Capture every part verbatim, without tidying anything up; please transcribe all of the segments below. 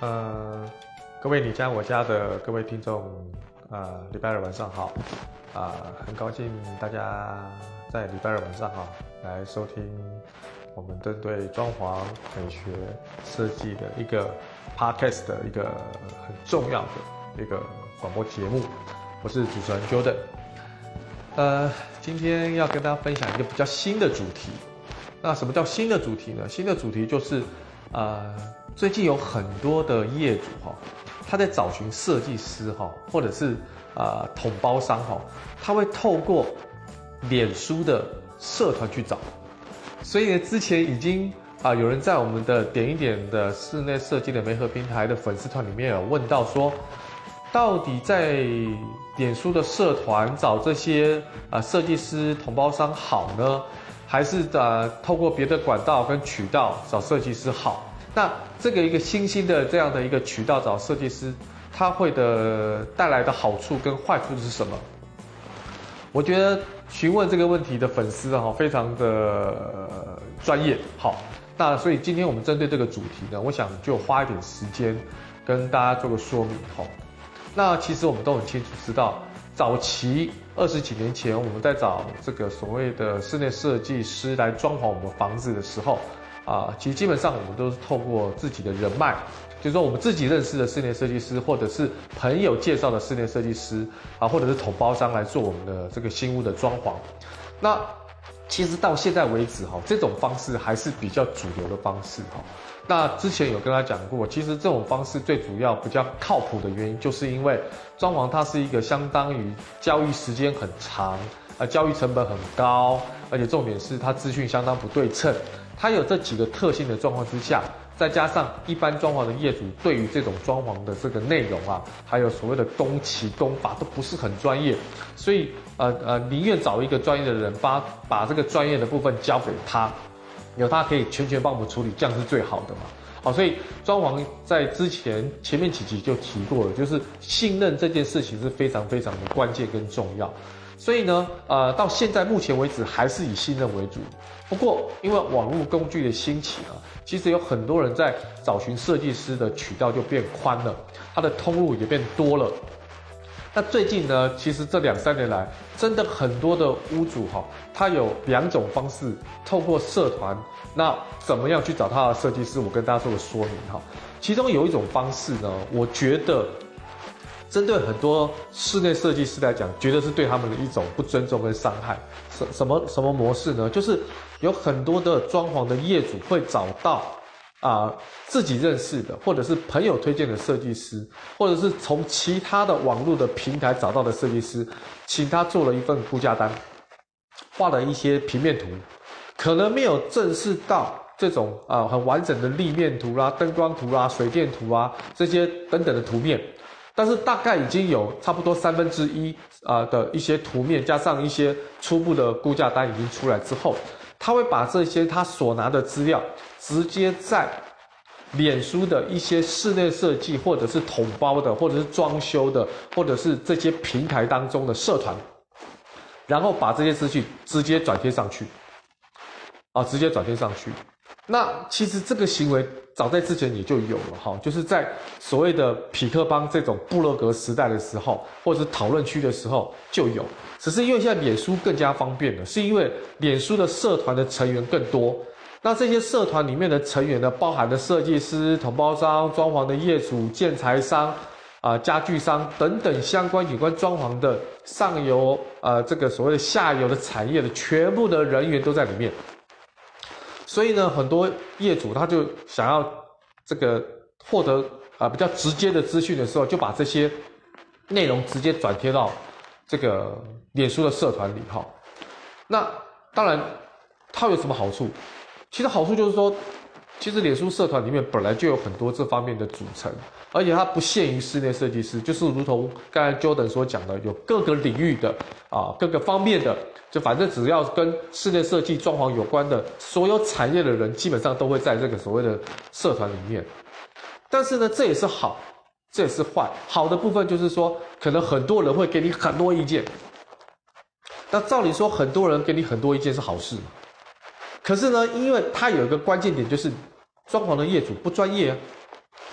呃，各位你家我家的各位听众，啊、礼拜二晚上好，啊、很高兴大家在礼拜二晚上好来收听我们针对装潢美学设计的一个 podcast 的一个很重要的一个广播节目，我是主持人 Jordan。呃，今天要跟大家分享一个比较新的主题。那什么叫新的主题呢？新的主题就是，呃，最近有很多的业主哈，他在找寻设计师哈，或者是呃统包商哈，他会透过脸书的社团去找。所以呢，之前已经啊、呃、有人在我们的点一点的室内设计的媒合平台的粉丝团里面有问到说，到底在脸书的社团找这些呃设计师统包商好呢，还是呃透过别的管道跟渠道找设计师好？那这个一个新兴的这样的一个渠道找设计师，它会的带来的好处跟坏处是什么？我觉得询问这个问题的粉丝哈，非常的、呃、专业。好，那所以今天我们针对这个主题呢，我想就花一点时间跟大家做个说明哈。那其实我们都很清楚知道，早期二十几年前我们在找这个所谓的室内设计师来装潢我们房子的时候啊，其实基本上我们都是透过自己的人脉，就是说我们自己认识的室内设计师，或者是朋友介绍的室内设计师啊，或者是统包商来做我们的这个新屋的装潢。那其实到现在为止哈，这种方式还是比较主流的方式哈。那之前有跟他讲过，其实这种方式最主要比较靠谱的原因，就是因为装潢它是一个相当于交易时间很长，呃，交易成本很高，而且重点是它资讯相当不对称。它有这几个特性的状况之下，再加上一般装潢的业主对于这种装潢的这个内容啊，还有所谓的工期工法都不是很专业，所以呃呃宁愿找一个专业的人把把这个专业的部分交给他，有他可以全权帮我们处理，这样是最好的嘛。好，所以装潢在之前前面几集就提过了，就是信任这件事情是非常非常的关键跟重要。所以呢，呃，到现在目前为止还是以信任为主。不过，因为网络工具的兴起啊，其实有很多人在找寻设计师的渠道就变宽了，它的通路也变多了。那最近呢，其实这两三年来，真的很多的屋主哈，他有两种方式，透过社团，那怎么样去找他的设计师？我跟大家做个说明哈。其中有一种方式呢，我觉得针对很多室内设计师来讲，觉得是对他们的一种不尊重跟伤害。什什么什么模式呢？就是有很多的装潢的业主会找到啊、呃、自己认识的，或者是朋友推荐的设计师，或者是从其他的网络的平台找到的设计师，请他做了一份估价单，画了一些平面图，可能没有正式到这种啊、呃、很完整的立面图啦、灯光图啦、水电图啊这些等等的图面。但是大概已经有差不多三分之一啊的一些图面，加上一些初步的估价单已经出来之后，他会把这些他所拿的资料，直接在脸书的一些室内设计，或者是统包的，或者是装修的，或者是这些平台当中的社团，然后把这些资讯直接转贴上去，啊，直接转贴上去。那其实这个行为早在之前也就有了哈，就是在所谓的痞客邦这种部落格时代的时候，或者是讨论区的时候就有，只是因为现在脸书更加方便了，是因为脸书的社团的成员更多，那这些社团里面的成员呢，包含了设计师、统包商、装潢的业主、建材商、啊、呃、家具商等等相关有关装潢的上游呃这个所谓的下游的产业的全部的人员都在里面。所以呢，很多业主他就想要这个获得啊、呃、比较直接的资讯的时候，就把这些内容直接转贴到这个脸书的社团里哈。那当然，它有什么好处？其实好处就是说，其实脸书社团里面本来就有很多这方面的组成，而且它不限于室内设计师，就是如同刚才 Jordan 所讲的，有各个领域的啊各个方面的。就反正只要跟室内设计、装潢有关的所有产业的人，基本上都会在这个所谓的社团里面。但是呢，这也是好，这也是坏。好的部分就是说，可能很多人会给你很多意见。那照理说，很多人给你很多意见是好事嘛？可是呢，因为它有一个关键点，就是装潢的业主不专业啊。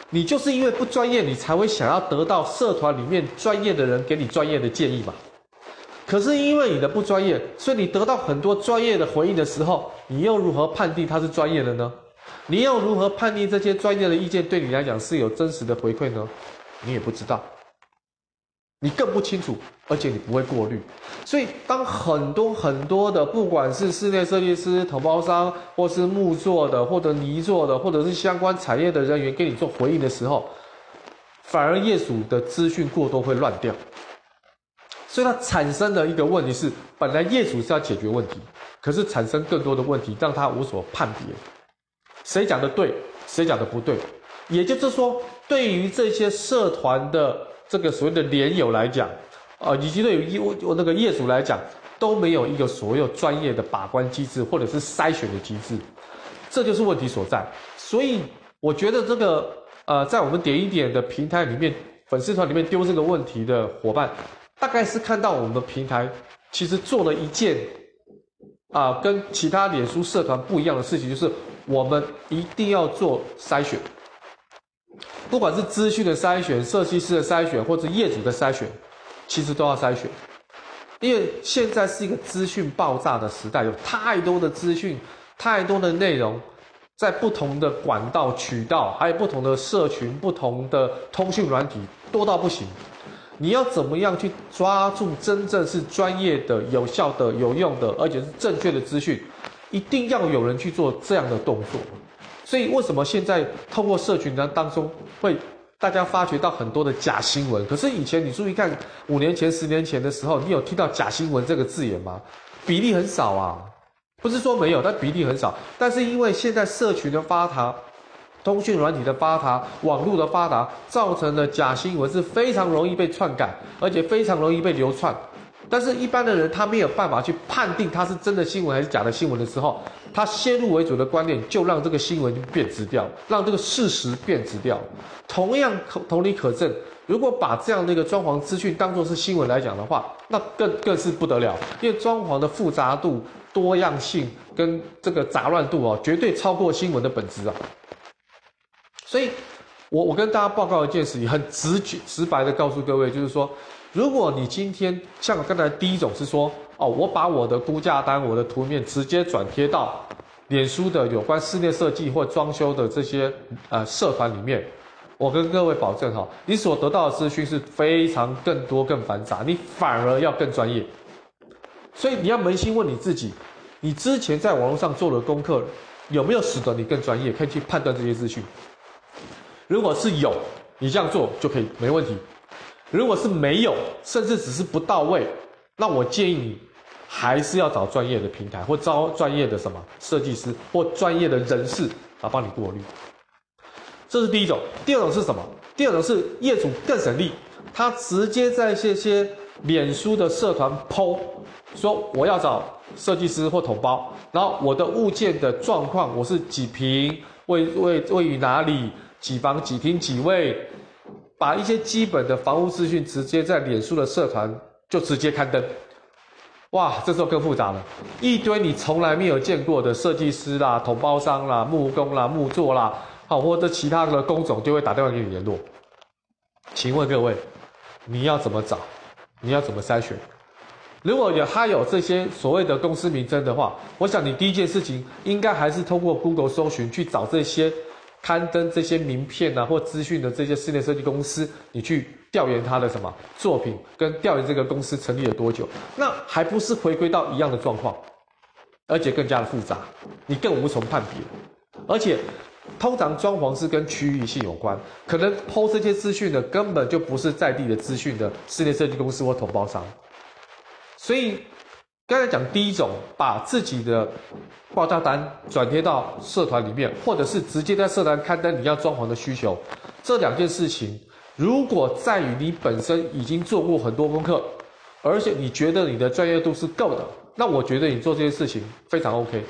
你就是因为不专业，你才会想要得到社团里面专业的人给你专业的建议嘛。可是因为你的不专业，所以你得到很多专业的回应的时候，你又如何判定它是专业的呢？你又如何判定这些专业的意见对你来讲是有真实的回馈呢？你也不知道，你更不清楚，而且你不会过滤。所以当很多很多的不管是室内设计师、统包商，或是木作的，或者泥作的，或者是相关产业的人员给你做回应的时候，反而业主的资讯过多会乱掉。所以它产生的一个问题是，本来业主是要解决问题，可是产生更多的问题，让他无所判别，谁讲的对，谁讲的不对。也就是说，对于这些社团的这个所谓的联友来讲，呃，以及对于业那个业主来讲，都没有一个所谓专业的把关机制，或者是筛选的机制，这就是问题所在。所以我觉得这个呃，在我们点一点的平台里面，粉丝团里面丢这个问题的伙伴，大概是看到我们的平台其实做了一件啊、呃、跟其他脸书社团不一样的事情，就是我们一定要做筛选，不管是资讯的筛选、设计师的筛选，或者业主的筛选，其实都要筛选。因为现在是一个资讯爆炸的时代，有太多的资讯，太多的内容，在不同的管道、渠道，还有不同的社群、不同的通讯软体，多到不行。你要怎么样去抓住真正是专业的、有效的、有用的，而且是正确的资讯，一定要有人去做这样的动作。所以为什么现在透过社群呢当中会大家发觉到很多的假新闻？可是以前你注意看，五年前、十年前的时候，你有听到假新闻这个字眼吗？比例很少啊，不是说没有，但比例很少。但是因为现在社群的发达，通讯软体的发达，网络的发达，造成了假新闻是非常容易被篡改，而且非常容易被流窜。但是一般的人他没有办法去判定它是真的新闻还是假的新闻的时候，他先入为主的观念就让这个新闻变质掉，让这个事实变质掉。同样同理可证，如果把这样的一个装潢资讯当作是新闻来讲的话，那更更是不得了，因为装潢的复杂度、多样性跟这个杂乱度哦，绝对超过新闻的本质啊。所以我我跟大家报告一件事情，很直觉直白的告诉各位，就是说，如果你今天像刚才第一种是说，哦，我把我的估价单、我的图面直接转贴到脸书的有关室内设计或装修的这些呃社团里面，我跟各位保证哈，你所得到的资讯是非常更多、更繁杂，你反而要更专业。所以你要扪心问你自己，你之前在网络上做的功课有没有使得你更专业，可以去判断这些资讯？如果是有，你这样做就可以没问题。如果是没有，甚至只是不到位，那我建议你还是要找专业的平台，或招专业的什么设计师或专业的人士来帮你过滤。这是第一种。第二种是什么？第二种是业主更省力，他直接在这些脸书的社团 po 说我要找设计师或统包，然后我的物件的状况，我是几坪，位位位于哪里，几房几厅几卫，把一些基本的房屋资讯直接在脸书的社团就直接刊登。哇，这时候更复杂了，一堆你从来没有见过的设计师啦、统包商啦、木工啦、木作啦，好，或者其他的工种就会打电话给你联络。请问各位，你要怎么找？你要怎么筛选？如果有他有这些所谓的公司名称的话，我想你第一件事情应该还是通过 Google 搜寻去找这些刊登这些名片啊或资讯的这些室内设计公司，你去调研他的什么作品，跟调研这个公司成立了多久，那还不是回归到一样的状况，而且更加的复杂，你更无从判别。而且通常装潢是跟区域性有关，可能 P O 这些资讯的根本就不是在地的资讯的室内设计公司或统包商。所以刚才讲第一种，把自己的报价单转贴到社团里面，或者是直接在社团刊登你要装潢的需求，这两件事情如果在于你本身已经做过很多功课，而且你觉得你的专业度是够的，那我觉得你做这件事情非常 OK。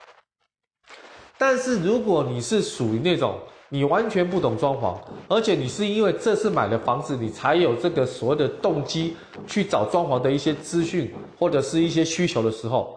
但是如果你是属于那种你完全不懂装潢，而且你是因为这次买了房子你才有这个所谓的动机去找装潢的一些资讯或者是一些需求的时候，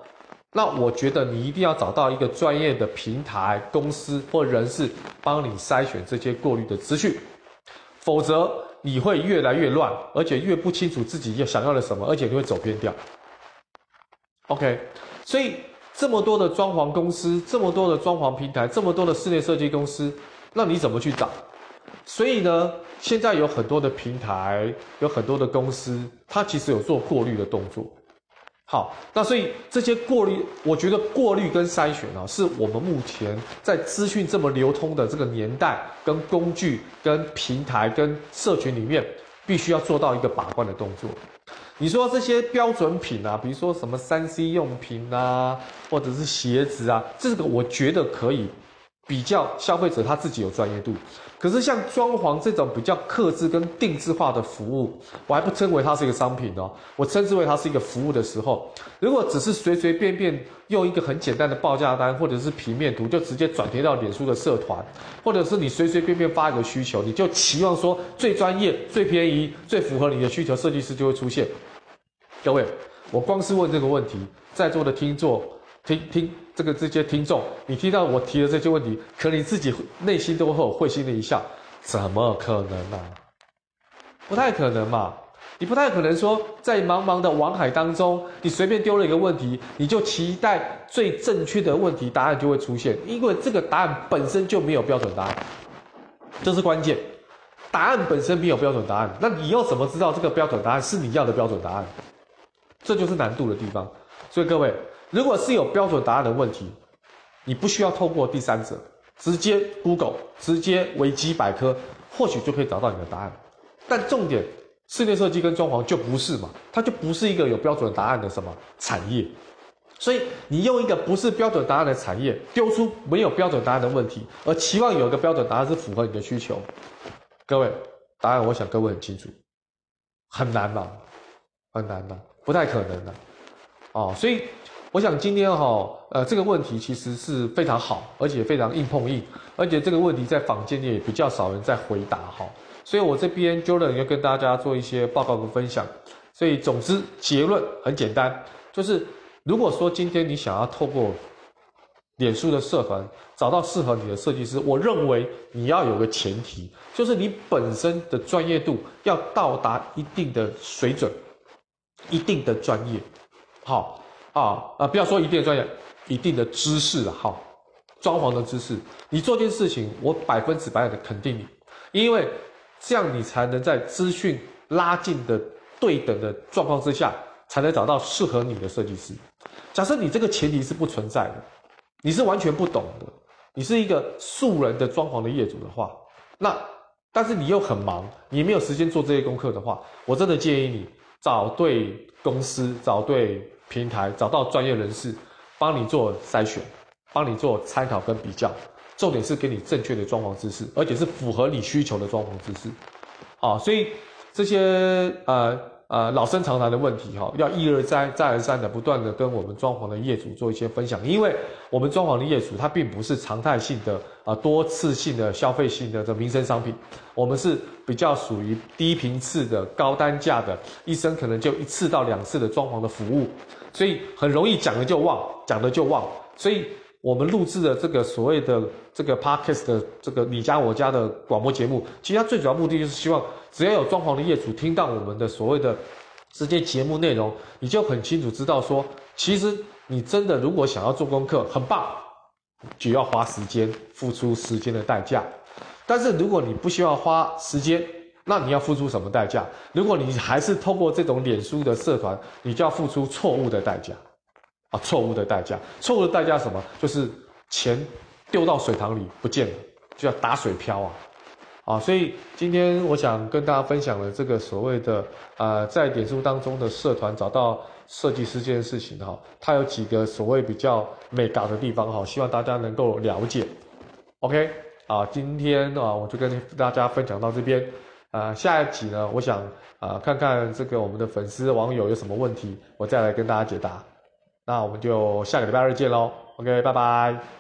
那我觉得你一定要找到一个专业的平台、公司或人士帮你筛选这些过滤的资讯，否则你会越来越乱，而且越不清楚自己要想要的什么，而且你会走偏掉。OK， 所以这么多的装潢公司，这么多的装潢平台，这么多的室内设计公司，那你怎么去找？所以呢，现在有很多的平台，有很多的公司，它其实有做过滤的动作。好，那所以这些过滤，我觉得过滤跟筛选啊，是我们目前在资讯这么流通的这个年代，跟工具、跟平台、跟社群里面，必须要做到一个把关的动作。你说这些标准品啊，比如说什么 三 C 用品啊，或者是鞋子啊，这个我觉得可以比较消费者他自己有专业度。可是像装潢这种比较客制跟定制化的服务，我还不称为它是一个商品哦，我称之为它是一个服务的时候，如果只是随随便便用一个很简单的报价单或者是平面图就直接转贴到脸书的社团，或者是你随随便便发一个需求，你就期望说最专业、最便宜、最符合你的需求，设计师就会出现。各位，我光是问这个问题，在座的听众。听听这个这些听众，你听到我提的这些问题，可你自己内心都会有会心的一笑，怎么可能啊？不太可能嘛！你不太可能说在茫茫的网海当中，你随便丢了一个问题，你就期待最正确的问题答案就会出现，因为这个答案本身就没有标准答案，这是关键。答案本身没有标准答案，那你又怎么知道这个标准答案是你要的标准答案？这就是难度的地方。所以各位，如果是有标准答案的问题，你不需要透过第三者，直接 Google， 直接维基百科，或许就可以找到你的答案。但重点，室内设计跟装潢就不是嘛，它就不是一个有标准答案的什么产业。所以你用一个不是标准答案的产业，丢出没有标准答案的问题，而期望有一个标准答案是符合你的需求，各位，答案我想各位很清楚，很难嘛，很难嘛，不太可能的。哦，所以我想今天哈、哦，呃，这个问题其实是非常好，而且非常硬碰硬，而且这个问题在坊间也比较少人在回答哈，所以我这边 Jordan 要跟大家做一些报告跟分享。所以总之结论很简单，就是如果说今天你想要透过脸书的社团找到适合你的设计师，我认为你要有个前提，就是你本身的专业度要到达一定的水准，一定的专业。好啊啊！不要说一定的专业，一定的知识了。好，装潢的知识，你做件事情，我百分之百的肯定你，因为这样你才能在资讯拉近的对等的状况之下，才能找到适合你的设计师。假设你这个前提是不存在的，你是完全不懂的，你是一个素人的装潢的业主的话，那但是你又很忙，你没有时间做这些功课的话，我真的建议你找对公司，找对平台，找到专业人士帮你做筛选，帮你做参考跟比较，重点是给你正确的装潢知识，而且是符合你需求的装潢知识。好，所以这些呃呃老生常谈的问题哈，要一而再再而三的不断的跟我们装潢的业主做一些分享，因为我们装潢的业主他并不是常态性的啊、呃、多次性的消费性的这民生商品，我们是比较属于低频次的高单价的，一生可能就一次到两次的装潢的服务，所以很容易讲了就忘，讲了就忘，所以我们录制的这个所谓的这个 podcast 的这个你家我家的广播节目，其实它最主要目的就是希望只要有装潢的业主听到我们的所谓的这些节目内容，你就很清楚知道说，其实你真的如果想要做功课，很棒，就要花时间，付出时间的代价。但是如果你不需要花时间，那你要付出什么代价？如果你还是透过这种脸书的社团，你就要付出错误的代价。啊，错误的代价，错误的代价是什么？就是钱丢到水塘里不见了，就要打水漂啊！啊，所以今天我想跟大家分享了这个所谓的呃，在脸书当中的社团找到设计师这件事情哈，它有几个所谓比较美感的地方哈，希望大家能够了解。OK， 啊，今天啊我就跟大家分享到这边，呃，下一集呢，我想啊、呃、看看这个我们的粉丝网友有什么问题，我再来跟大家解答。那我们就下个礼拜二见咯 OK， 拜拜。